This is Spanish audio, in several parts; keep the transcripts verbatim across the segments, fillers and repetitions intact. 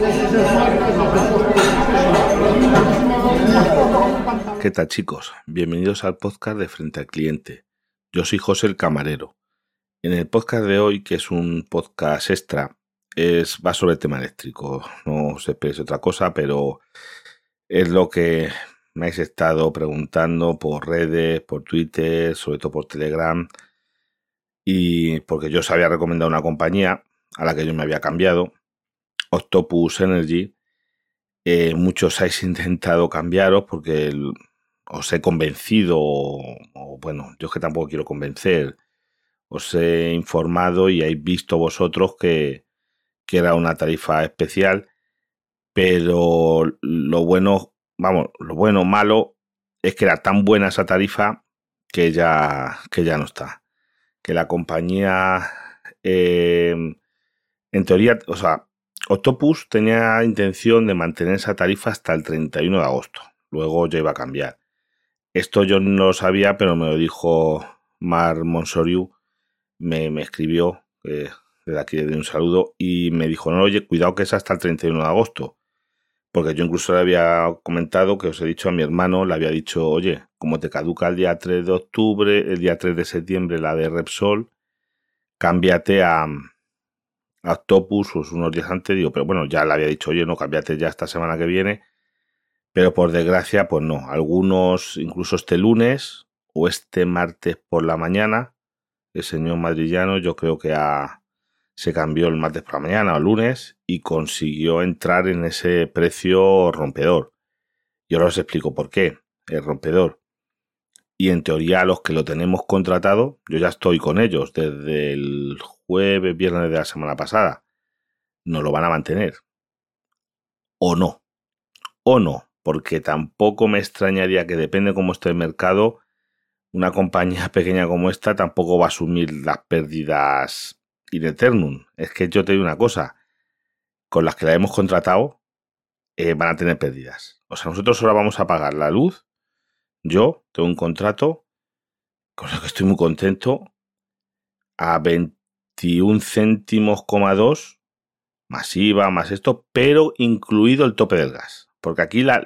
¿Qué tal, chicos? Bienvenidos al podcast de Frente al Cliente. Yo soy José el Camarero. En el podcast de hoy, que es un podcast extra, es, va sobre el tema eléctrico. No os esperéis otra cosa, pero es lo que me habéis estado preguntando por redes, por Twitter, sobre todo por Telegram. Y porque yo os había recomendado una compañía a la que yo me había cambiado, Octopus Energy. Eh, muchos habéis intentado cambiaros porque el, os he convencido, o, o bueno, yo es que tampoco quiero convencer. Os he informado y habéis visto vosotros que, que era una tarifa especial, pero lo bueno, vamos, lo bueno, malo, es que era tan buena esa tarifa que ya, que ya no está. Que la compañía, eh, en teoría, o sea, Octopus tenía intención de mantener esa tarifa hasta el treinta y uno de agosto. Luego ya iba a cambiar. Esto yo no lo sabía, pero me lo dijo Mar Monsoriu. Me, me escribió, eh, desde aquí le doy un saludo, y me dijo, no, oye, cuidado que es hasta el treinta y uno de agosto. Porque yo incluso le había comentado, que os he dicho a mi hermano, le había dicho, oye, como te caduca el día tres de octubre, el día tres de septiembre la de Repsol, cámbiate a, a Octopus pues unos días antes. Digo, pero bueno, ya le había dicho, oye, no, cámbiate ya esta semana que viene. Pero por desgracia, pues no. Algunos, incluso este lunes o este martes por la mañana, el señor Madrillano, yo creo que ha, se cambió el martes por la mañana o el lunes y consiguió entrar en ese precio rompedor. Y ahora os explico por qué, el rompedor. Y en teoría los que lo tenemos contratado, yo ya estoy con ellos desde el jueves, viernes de la semana pasada, no lo van a mantener. O no. O no. Porque tampoco me extrañaría que, depende cómo esté el mercado, una compañía pequeña como esta tampoco va a asumir las pérdidas in eternum. Es que yo te digo una cosa, con las que la hemos contratado eh, van a tener pérdidas. O sea, nosotros ahora vamos a pagar la luz. Yo tengo un contrato, con lo que estoy muy contento, a veintiún céntimos, dos, más I V A, más esto, pero incluido el tope del gas. Porque aquí la,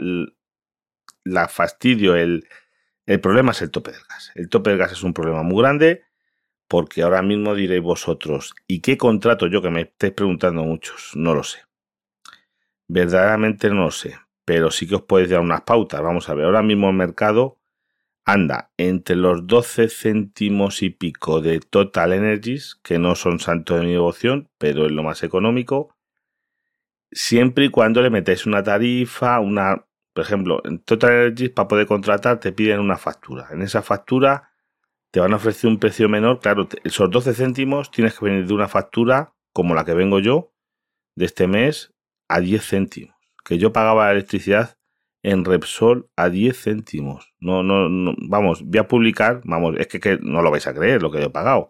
la fastidio, el, el problema es el tope del gas. El tope del gas es un problema muy grande, porque ahora mismo diréis vosotros, ¿y qué contrato yo? Que me estáis preguntando muchos, no lo sé. Verdaderamente no lo sé, pero sí que os podéis dar unas pautas. Vamos a ver, ahora mismo el mercado anda entre los doce céntimos y pico de Total Energies, que no son santos de mi devoción, pero es lo más económico, siempre y cuando le metéis una tarifa, una, por ejemplo, en Total Energies, para poder contratar te piden una factura. En esa factura te van a ofrecer un precio menor. Claro, esos doce céntimos tienes que venir de una factura como la que vengo yo de este mes a diez céntimos. Que yo pagaba la electricidad en Repsol a diez céntimos. No, no, no, vamos, voy a publicar, vamos, es que, que no lo vais a creer lo que yo he pagado.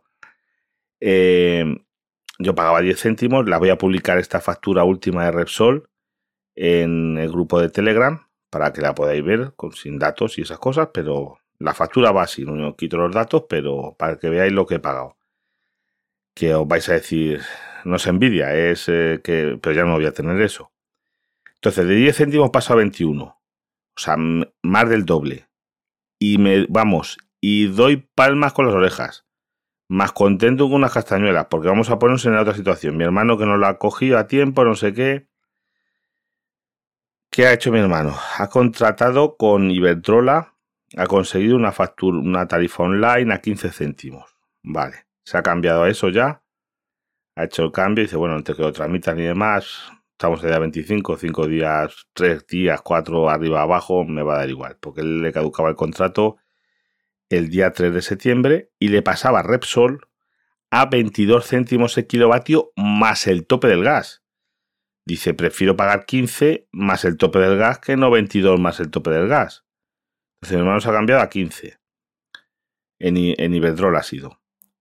Eh, yo pagaba diez céntimos, la voy a publicar esta factura última de Repsol en el grupo de Telegram para que la podáis ver con, sin datos y esas cosas, pero la factura va así, no os quito los datos, pero para que veáis lo que he pagado. Que os vais a decir, no es envidia, es eh, que, pero ya no voy a tener eso. Entonces, de diez céntimos paso a veintiuno. O sea, más del doble. Y me, vamos, y doy palmas con las orejas. Más contento que unas castañuelas, porque vamos a ponernos en la otra situación. Mi hermano que no lo ha cogido a tiempo, no sé qué. ¿Qué ha hecho mi hermano? Ha contratado con Iberdrola, ha conseguido una factura, una tarifa online a quince céntimos. Vale, se ha cambiado a eso ya. Ha hecho el cambio y dice, bueno, antes que lo tramitan y demás, estamos el día veinticinco, cinco días, tres días, cuatro arriba abajo, me va a dar igual, porque él le caducaba el contrato el día tres de septiembre y le pasaba Repsol a veintidós céntimos el kilovatio más el tope del gas. Dice, prefiero pagar quince más el tope del gas que no veintidós más el tope del gas. Entonces mi hermano se ha cambiado a quince. En, en Iberdrola ha sido.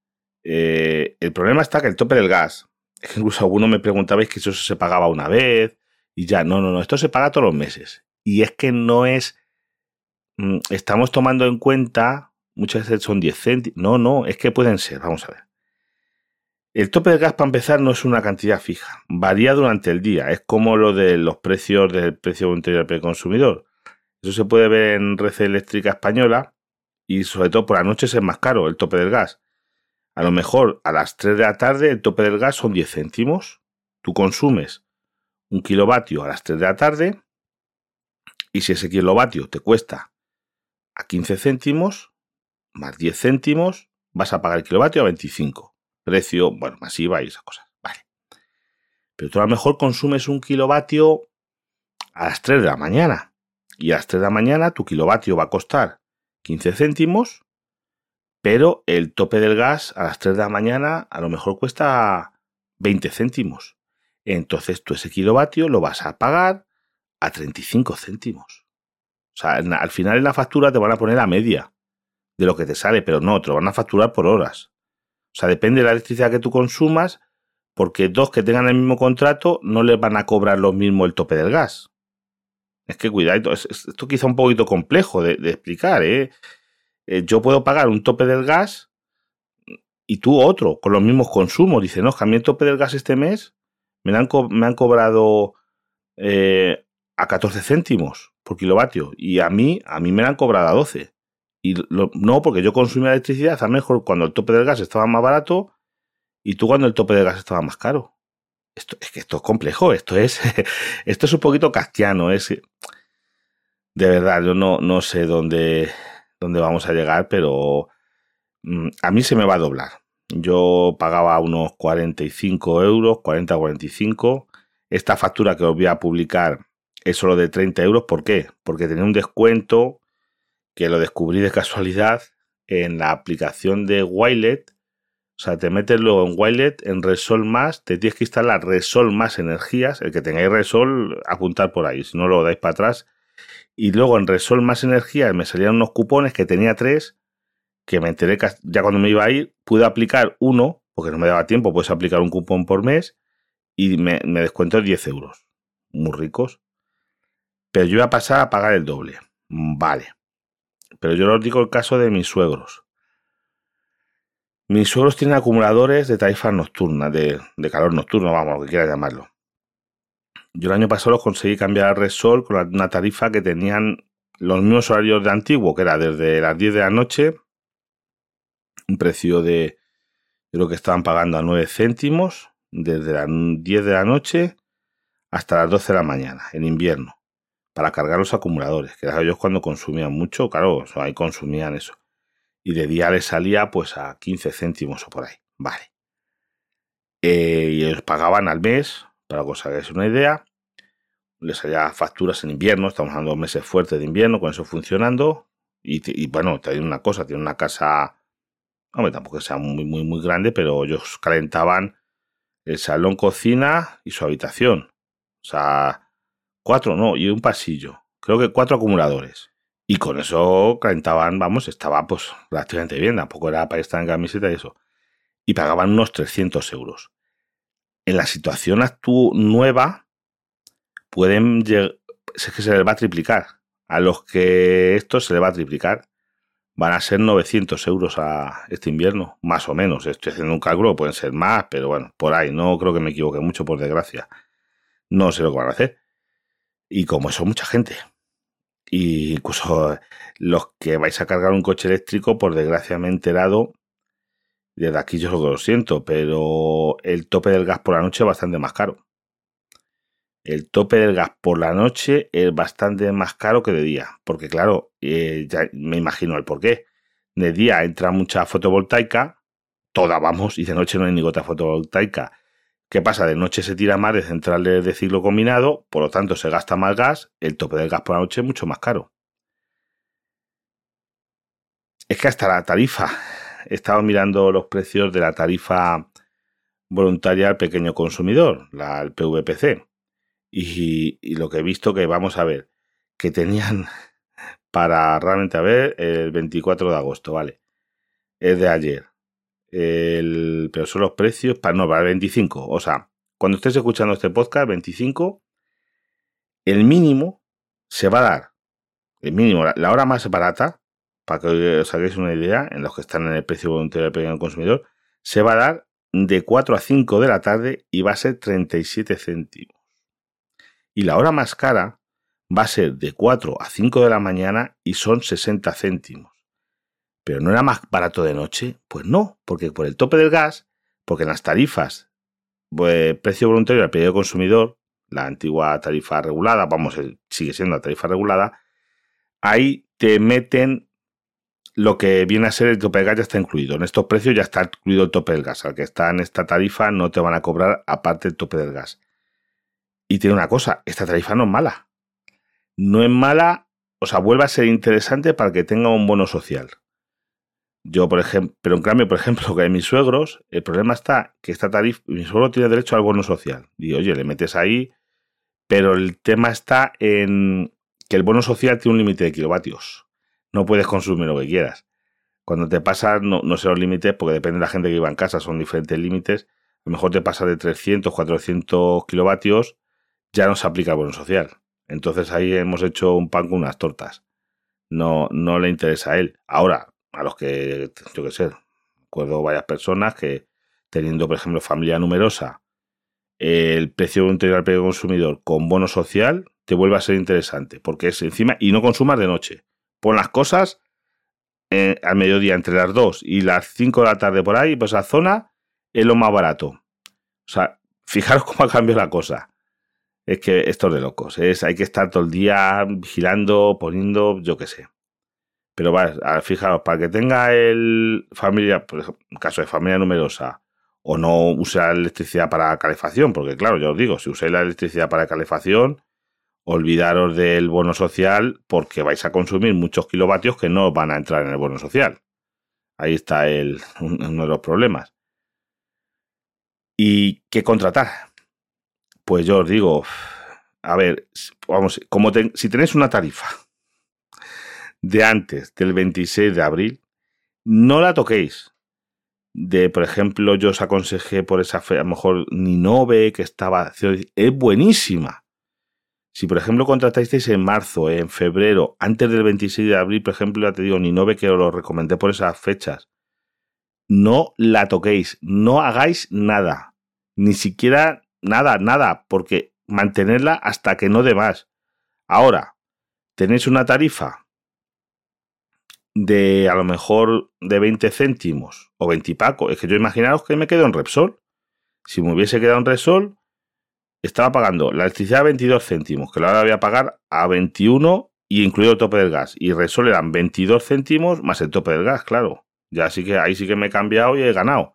Eh, el problema está que el tope del gas, es que incluso algunos me preguntabais que eso se pagaba una vez y ya, no, no, no, esto se paga todos los meses. Y es que no es, mmm, estamos tomando en cuenta, muchas veces son diez céntimos, no, no, es que pueden ser, vamos a ver. El tope del gas, para empezar, no es una cantidad fija. Varía durante el día. Es como lo de los precios del precio voluntario del consumidor. Eso se puede ver en Red Eléctrica Española y sobre todo por la noche es más caro el tope del gas. A lo mejor a las tres de la tarde el tope del gas son diez céntimos. Tú consumes un kilovatio a las tres de la tarde y si ese kilovatio te cuesta a quince céntimos, más diez céntimos, vas a pagar el kilovatio a veinticinco. Precio, bueno, masiva y esas cosas. Vale. Pero tú a lo mejor consumes un kilovatio a las tres de la mañana. Y a las tres de la mañana tu kilovatio va a costar quince céntimos, pero el tope del gas a las tres de la mañana a lo mejor cuesta veinte céntimos. Entonces tú ese kilovatio lo vas a pagar a treinta y cinco céntimos. O sea, al final en la factura te van a poner la media de lo que te sale, pero no, te lo van a facturar por horas. O sea, depende de la electricidad que tú consumas, porque dos que tengan el mismo contrato no les van a cobrar lo mismo el tope del gas. Es que cuidado, esto quizá un poquito complejo de, de explicar, ¿eh? ¿eh? Yo puedo pagar un tope del gas y tú otro, con los mismos consumos. Dice, no, a mí el tope del gas este mes me, han, co me han cobrado eh, a catorce céntimos por kilovatio y a mí, a mí me la han cobrado a doce. Y lo, no, porque yo consumía electricidad a mejor cuando el tope del gas estaba más barato y tú cuando el tope del gas estaba más caro. Esto, es que esto es complejo, esto es, esto es un poquito kafkiano, es de verdad, yo no, no sé dónde, dónde vamos a llegar, pero mm, a mí se me va a doblar. Yo pagaba unos cuarenta y cinco euros, cuarenta a cuarenta y cinco. Esta factura que os voy a publicar es solo de treinta euros. ¿Por qué? Porque tenía un descuento que lo descubrí de casualidad en la aplicación de Wilet. O sea, te metes luego en Wilet, en Resol Más, te tienes que instalar Resol Más Energías. El que tengáis Resol, apuntar por ahí, si no lo dais para atrás. Y luego en Resol Más Energías me salían unos cupones que tenía tres, que me enteré que ya cuando me iba a ir, pude aplicar uno, porque no me daba tiempo, puedes aplicar un cupón por mes, y me, me descuento diez euros. Muy ricos. Pero yo iba a pasar a pagar el doble. Vale. Pero yo os digo el caso de mis suegros. Mis suegros tienen acumuladores de tarifas nocturnas, de, de calor nocturno, vamos, lo que quieras llamarlo. Yo el año pasado los conseguí cambiar a Resol con una tarifa que tenían los mismos horarios de antiguo, que era desde las diez de la noche, un precio de, yo creo que estaban pagando a nueve céntimos, desde las diez de la noche hasta las doce de la mañana, en invierno, para cargar los acumuladores, que ellos cuando consumían mucho, claro, o sea, ahí consumían eso. Y de día les salía pues a quince céntimos o por ahí. Vale. Eh, y ellos pagaban al mes, para que os hagáis una idea. Les salía facturas en invierno, estamos hablando de meses fuertes de invierno, con eso funcionando. Y, y bueno, tienen una cosa, tienen una casa, hombre, tampoco sea muy, muy, muy grande, pero ellos calentaban el salón, cocina y su habitación. O sea, cuatro, no, y un pasillo. Creo que cuatro acumuladores. Y con eso calentaban, vamos, estaba pues relativamente bien, tampoco era para estar en camiseta y eso. Y pagaban unos trescientos euros. En la situación actual nueva, pueden llegar, es que se les va a triplicar. A los que esto se les va a triplicar, van a ser novecientos euros a este invierno, más o menos. Estoy haciendo un cálculo, pueden ser más, pero bueno, por ahí, no creo que me equivoque mucho, por desgracia. No sé lo que van a hacer. Y como eso, mucha gente. Y incluso los que vais a cargar un coche eléctrico, por desgracia me he enterado, desde aquí yo lo siento, pero el tope del gas por la noche es bastante más caro. El tope del gas por la noche es bastante más caro que de día, porque claro, eh, ya me imagino el porqué. De día entra mucha fotovoltaica, toda vamos, y de noche no hay ni gota fotovoltaica. ¿Qué pasa? De noche se tira más de centrales de ciclo combinado, por lo tanto se gasta más gas, el tope del gas por la noche es mucho más caro. Es que hasta la tarifa, he estado mirando los precios de la tarifa voluntaria al pequeño consumidor, la el P V P C, y, y lo que he visto que vamos a ver, que tenían para realmente a ver el veinticuatro de agosto, ¿vale? Es de ayer. El, pero son los precios para, no, para el veinticinco. O sea, cuando estés escuchando este podcast, veinticinco, el mínimo se va a dar, el mínimo, la, la hora más barata, para que os hagáis una idea, en los que están en el precio voluntario del pequeño consumidor, se va a dar de cuatro a cinco de la tarde y va a ser treinta y siete céntimos. Y la hora más cara va a ser de cuatro a cinco de la mañana y son sesenta céntimos. ¿Pero no era más barato de noche? Pues no, porque por el tope del gas, porque en las tarifas, pues, precio voluntario al pedido del consumidor, la antigua tarifa regulada, vamos, sigue siendo la tarifa regulada, ahí te meten lo que viene a ser el tope del gas, ya está incluido. En estos precios ya está incluido el tope del gas. Al que está en esta tarifa no te van a cobrar aparte el tope del gas. Y tiene una cosa, esta tarifa no es mala. No es mala, o sea, vuelve a ser interesante para que tenga un bono social. Yo, por ejemplo, pero en cambio, por ejemplo, que de mis suegros, el problema está que esta tarifa, mi suegro tiene derecho al bono social. Y oye, le metes ahí, pero el tema está en que el bono social tiene un límite de kilovatios. No puedes consumir lo que quieras. Cuando te pasas, no, no sé los límites, porque depende de la gente que iba en casa, son diferentes límites. A lo mejor te pasa de trescientos, cuatrocientos kilovatios, ya no se aplica el bono social. Entonces ahí hemos hecho un pan con unas tortas. No, no le interesa a él. Ahora, a los que, yo qué sé, recuerdo varias personas que teniendo, por ejemplo, familia numerosa, el precio voluntario al precio consumidor con bono social te vuelve a ser interesante, porque es encima, y no consumas de noche. Pon las cosas eh, al mediodía, entre las dos y las cinco de la tarde por ahí, pues esa zona es lo más barato. O sea, fijaros cómo ha cambiado la cosa. Es que esto es de locos. Es, hay que estar todo el día vigilando, poniendo, yo qué sé. Pero va, fijaros, para que tenga el familia, por ejemplo, en caso de familia numerosa, o no usar electricidad para calefacción, porque claro, ya os digo, si usáis la electricidad para calefacción, olvidaros del bono social porque vais a consumir muchos kilovatios que no van a entrar en el bono social. Ahí está el, uno de los problemas. ¿Y qué contratar? Pues yo os digo, a ver, vamos, como ten, si tenéis una tarifa de antes del veintiséis de abril, no la toquéis. De, por ejemplo, yo os aconsejé por esa fe, a lo mejor Ninove, que estaba, es buenísima. Si, por ejemplo, contratasteis en marzo, en febrero, antes del veintiséis de abril, por ejemplo, ya te digo, Ninove, que os lo recomendé por esas fechas, no la toquéis, no hagáis nada, ni siquiera nada, nada, porque mantenerla hasta que no dé más. Ahora, tenéis una tarifa de a lo mejor de veinte céntimos o veinte y paco. Es que yo imaginaos que me quedo en Repsol. Si me hubiese quedado en Repsol, estaba pagando la electricidad a veintidós céntimos, que ahora voy a pagar a veintiuno y incluido el tope del gas. Y Repsol eran veintidós céntimos más el tope del gas, claro. Ya sí que ahí sí que me he cambiado y he ganado.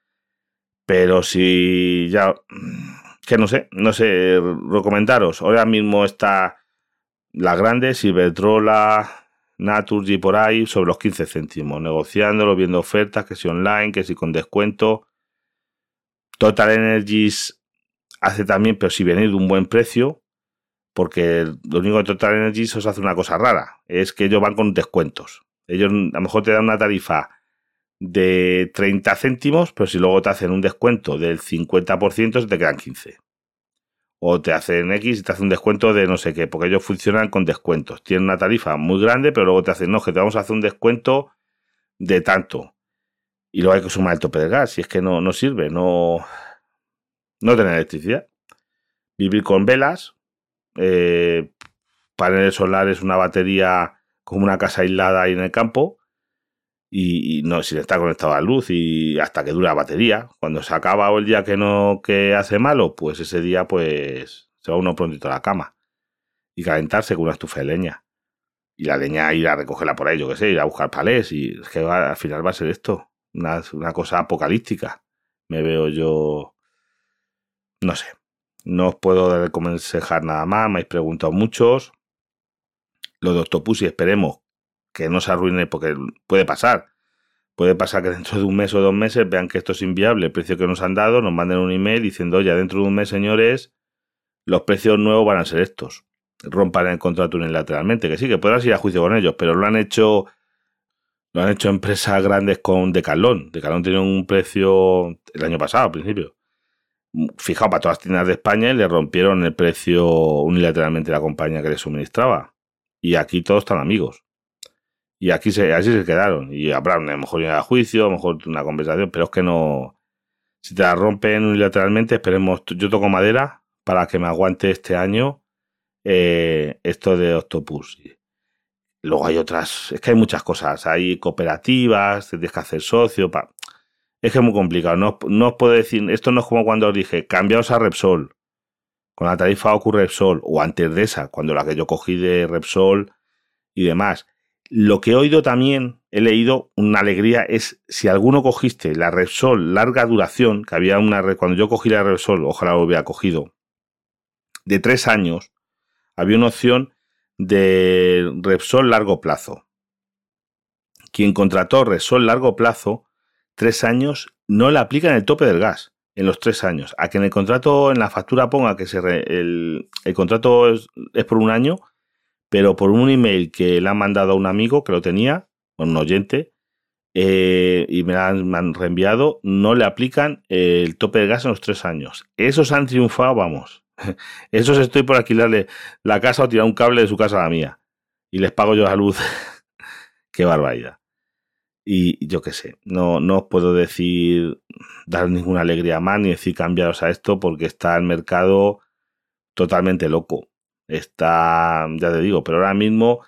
Pero si ya, que no sé, no sé, recomendaros. Ahora mismo está la grande, Iberdrola, Naturgy por ahí, sobre los quince céntimos, negociándolo, viendo ofertas, que si online, que si con descuento. Total Energies hace también, pero si venís de un buen precio, porque lo único que Total Energies os hace una cosa rara, es que ellos van con descuentos. Ellos a lo mejor te dan una tarifa de treinta céntimos, pero si luego te hacen un descuento del cincuenta por ciento, se te quedan quince. O te hacen X y te hacen un descuento de no sé qué, porque ellos funcionan con descuentos. Tienen una tarifa muy grande, pero luego te hacen, no, que te vamos a hacer un descuento de tanto. Y luego hay que sumar el tope de gas, y es que no, no sirve, no, no tener electricidad. Vivir con velas, eh, paneles solares, una batería como una casa aislada ahí en el campo, y, y no sin estar conectado a la luz y hasta que dura la batería. Cuando se acaba o el día que no que hace malo, pues ese día pues se va uno prontito a la cama y calentarse con una estufa de leña. Y la leña ir a recogerla por ahí, yo qué sé, ir a buscar palés, y es que va, al final va a ser esto, una, una cosa apocalíptica. Me veo yo, no sé, no os puedo aconsejar nada más, me habéis preguntado muchos. Lo de Octopussy esperemos que no se arruine, porque puede pasar. Puede pasar que dentro de un mes o dos meses vean que esto es inviable, el precio que nos han dado, nos manden un email diciendo, oye, dentro de un mes, señores, los precios nuevos van a ser estos. Rompan el contrato unilateralmente, que sí, que podrás ir a juicio con ellos, pero lo han hecho lo han hecho empresas grandes con Decathlon. Decathlon tenía un precio el año pasado, al principio. Fijaos, para todas las tiendas de España, y le rompieron el precio unilateralmente a la compañía que les suministraba. Y aquí todos están amigos. Y aquí se, así se quedaron. Y habrá a lo mejor ir a juicio, a lo mejor una conversación, pero es que no... Si te la rompen unilateralmente, esperemos, yo toco madera para que me aguante este año eh, esto de Octopus. Luego hay otras, es que hay muchas cosas, hay cooperativas, tienes que hacer socio, pa. Es que es muy complicado, no, no os puedo decir, esto no es como cuando os dije, cambiaos a Repsol, con la tarifa Ocu Repsol, o antes de esa, cuando la que yo cogí de Repsol y demás. Lo que he oído también, he leído, una alegría, es si alguno cogiste la Repsol larga duración, que había una, cuando yo cogí la Repsol, ojalá lo hubiera cogido, de tres años, había una opción de Repsol largo plazo. Quien contrató Repsol largo plazo, tres años, no le aplican el tope del gas en los tres años. A que en el contrato, en la factura ponga que se re, el, el contrato es, es por un año, pero por un email que le han mandado a un amigo que lo tenía, un oyente, eh, y me han, me han reenviado, no le aplican el tope del gas en los tres años. Esos han triunfado, vamos. Esos estoy por alquilarle la casa o tirar un cable de su casa a la mía. Y les pago yo la luz. Qué barbaridad. Y yo qué sé, no, no os puedo decir, dar ninguna alegría más, ni decir cambiaros a esto, porque está el mercado totalmente loco. Está, ya te digo, pero ahora mismo,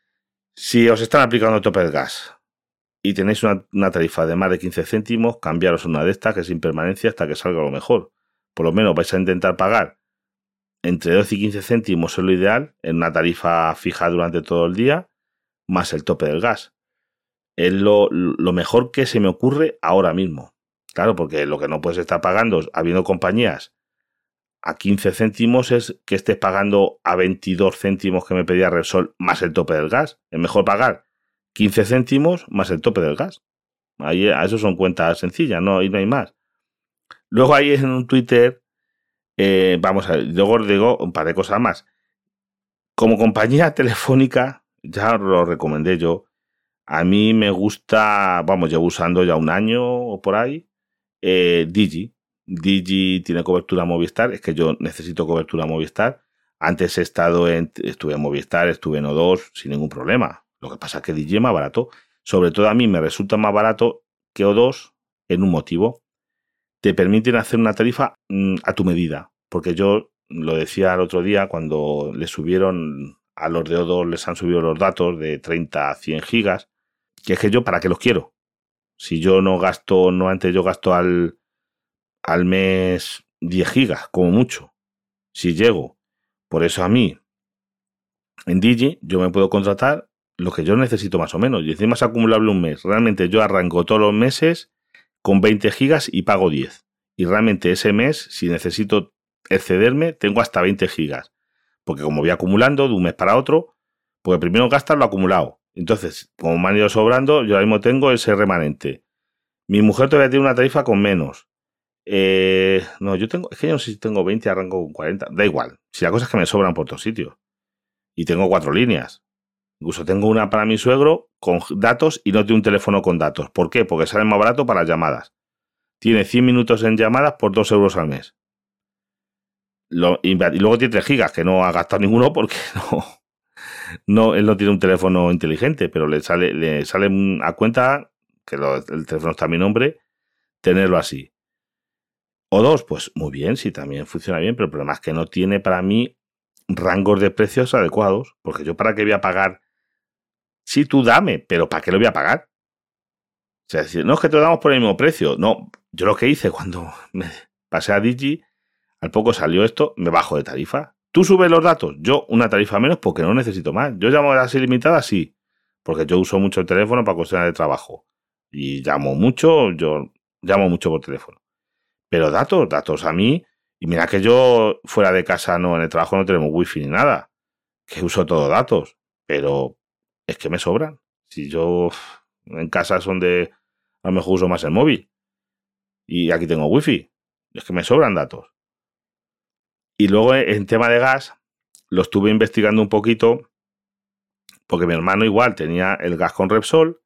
si os están aplicando el tope del gas y tenéis una, una tarifa de más de quince céntimos, cambiaros una de estas, que es sin permanencia, hasta que salga lo mejor. Por lo menos vais a intentar pagar entre doce y quince céntimos, es lo ideal, en una tarifa fija durante todo el día, más el tope del gas. Es lo, lo mejor que se me ocurre ahora mismo. Claro, porque lo que no puedes estar pagando, habiendo compañías a quince céntimos, es que estés pagando a veintidós céntimos que me pedía Repsol más el tope del gas. Es mejor pagar quince céntimos más el tope del gas. Ahí, a eso son cuentas sencillas, no, y no hay más. Luego ahí en un Twitter, eh, vamos a ver, luego os digo un par de cosas más. Como compañía telefónica, ya lo recomendé yo. A mí me gusta, vamos, llevo usando ya un año o por ahí, eh, Digi. Digi tiene cobertura Movistar, es que yo necesito cobertura Movistar. Antes he estado en, estuve en Movistar, estuve en O dos sin ningún problema. Lo que pasa es que Digi es más barato. Sobre todo a mí me resulta más barato que O dos en un motivo. Te permiten hacer una tarifa mmm, a tu medida. Porque yo lo decía el otro día cuando le subieron a los de O dos, les han subido los datos de treinta a cien gigas. Que es que yo, ¿para qué los quiero? Si yo no gasto, no antes yo gasto al, al mes diez gigas, como mucho. Si llego. Por eso a mí, en Digi, yo me puedo contratar lo que yo necesito más o menos. Y encima es acumulable un mes. Realmente yo arranco todos los meses con veinte gigas y pago diez. Y realmente ese mes, si necesito excederme, tengo hasta veinte gigas. Porque como voy acumulando de un mes para otro, porque primero gastas lo acumulado. Entonces, como me han ido sobrando, yo ahora mismo tengo ese remanente. Mi mujer todavía tiene una tarifa con menos. Eh, no, yo tengo, es que yo no sé si tengo veinte, arranco con cuarenta. Da igual. Si la cosa es que me sobran por todos sitios. Y tengo cuatro líneas. Incluso tengo una para mi suegro con datos y no tiene un teléfono con datos. ¿Por qué? Porque sale más barato para las llamadas. Tiene cien minutos en llamadas por dos euros al mes. Lo, y luego tiene tres gigas, que no ha gastado ninguno porque no... No, él no tiene un teléfono inteligente, pero le sale, le sale a cuenta, que lo, el teléfono está a mi nombre, tenerlo así. O dos, pues muy bien, sí, también funciona bien, pero el problema es que no tiene para mí rangos de precios adecuados, porque yo para qué voy a pagar, sí, tú dame, pero ¿para qué lo voy a pagar? O sea, decir, no es que te lo damos por el mismo precio. No, yo lo que hice cuando me pasé a Digi, al poco salió esto, me bajo de tarifa. ¿Tú subes los datos? Yo una tarifa menos porque no necesito más. Yo llamo a las ilimitadas, sí, porque yo uso mucho el teléfono para cuestiones de trabajo. Y llamo mucho, yo llamo mucho por teléfono. Pero datos, datos a mí, y mira que yo fuera de casa, no, en el trabajo no tenemos wifi ni nada, que uso todo datos, pero es que me sobran. Si yo en casa es donde a lo mejor uso más el móvil, y aquí tengo wifi, es que me sobran datos. Y luego en tema de gas, lo estuve investigando un poquito, porque mi hermano igual tenía el gas con Repsol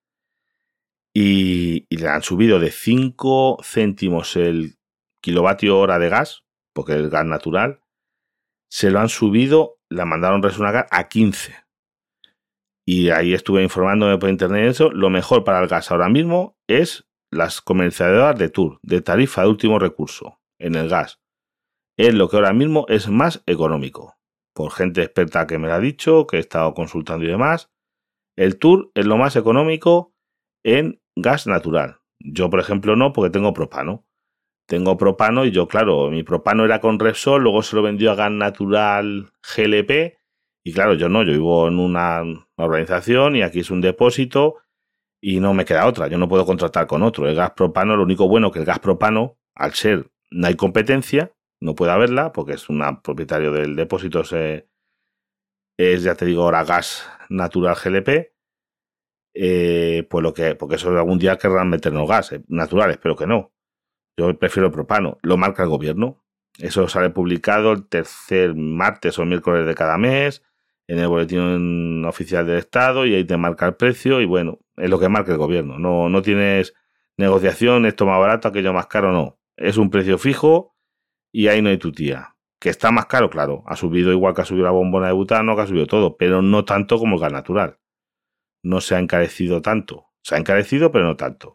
y, y le han subido de cinco céntimos el kilovatio hora de gas, porque es gas natural, se lo han subido, la mandaron resonar a quince. Y ahí estuve informándome por internet de eso. Lo mejor para el gas ahora mismo es las comercializadoras de tour, de tarifa de último recurso, en el gas. Es lo que ahora mismo es más económico. Por gente experta que me lo ha dicho, que he estado consultando y demás, el tour es lo más económico en gas natural. Yo, por ejemplo, no, porque tengo propano. Tengo propano y yo, claro, mi propano era con Repsol, luego se lo vendió a Gas Natural G L P y claro, yo no, yo vivo en una organización y aquí es un depósito y no me queda otra, yo no puedo contratar con otro. El gas propano, lo único bueno que el gas propano, al ser, no hay competencia, no puede haberla porque es un propietario del depósito, se, es, ya te digo, ahora Gas Natural G L P, eh, pues lo que, porque eso algún día querrán meternos gas eh, natural, espero que no. Yo prefiero el propano. Lo marca el gobierno. Eso sale publicado el tercer martes o miércoles de cada mes en el boletín oficial del Estado y ahí te marca el precio y bueno, es lo que marca el gobierno. No, no tienes negociación, esto más barato, aquello más caro, no. Es un precio fijo y ahí no hay tu tía. Que está más caro, claro. Ha subido igual que ha subido la bombona de butano, que ha subido todo, pero no tanto como el gas natural. No se ha encarecido tanto. Se ha encarecido, pero no tanto.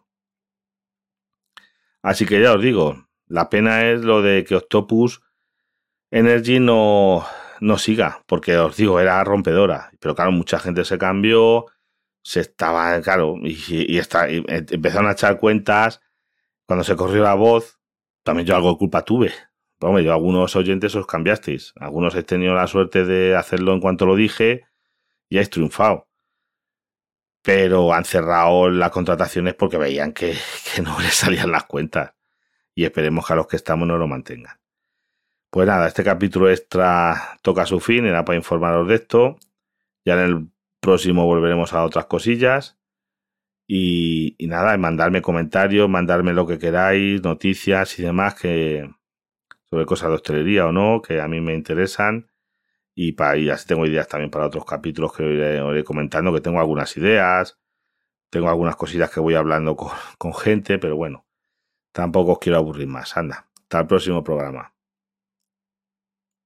Así que ya os digo, la pena es lo de que Octopus Energy no, no siga, porque os digo, era rompedora. Pero claro, mucha gente se cambió, se estaba, claro, y, y, está, y empezaron a echar cuentas. Cuando se corrió la voz, también yo algo de culpa tuve. Hombre, yo algunos oyentes os cambiasteis. Algunos he tenido la suerte de hacerlo en cuanto lo dije y habéis triunfado. Pero han cerrado las contrataciones porque veían que, que no les salían las cuentas. Y esperemos que a los que estamos no lo mantengan. Pues nada, este capítulo extra toca su fin, era para informaros de esto. Ya en el próximo volveremos a otras cosillas. Y, y nada, mandarme comentarios, mandarme lo que queráis, noticias y demás que sobre cosas de hostelería o no, que a mí me interesan. Y, para, y así tengo ideas también para otros capítulos que iré, iré comentando, que tengo algunas ideas, tengo algunas cosillas que voy hablando con, con gente, pero bueno, tampoco os quiero aburrir más. Anda, hasta el próximo programa.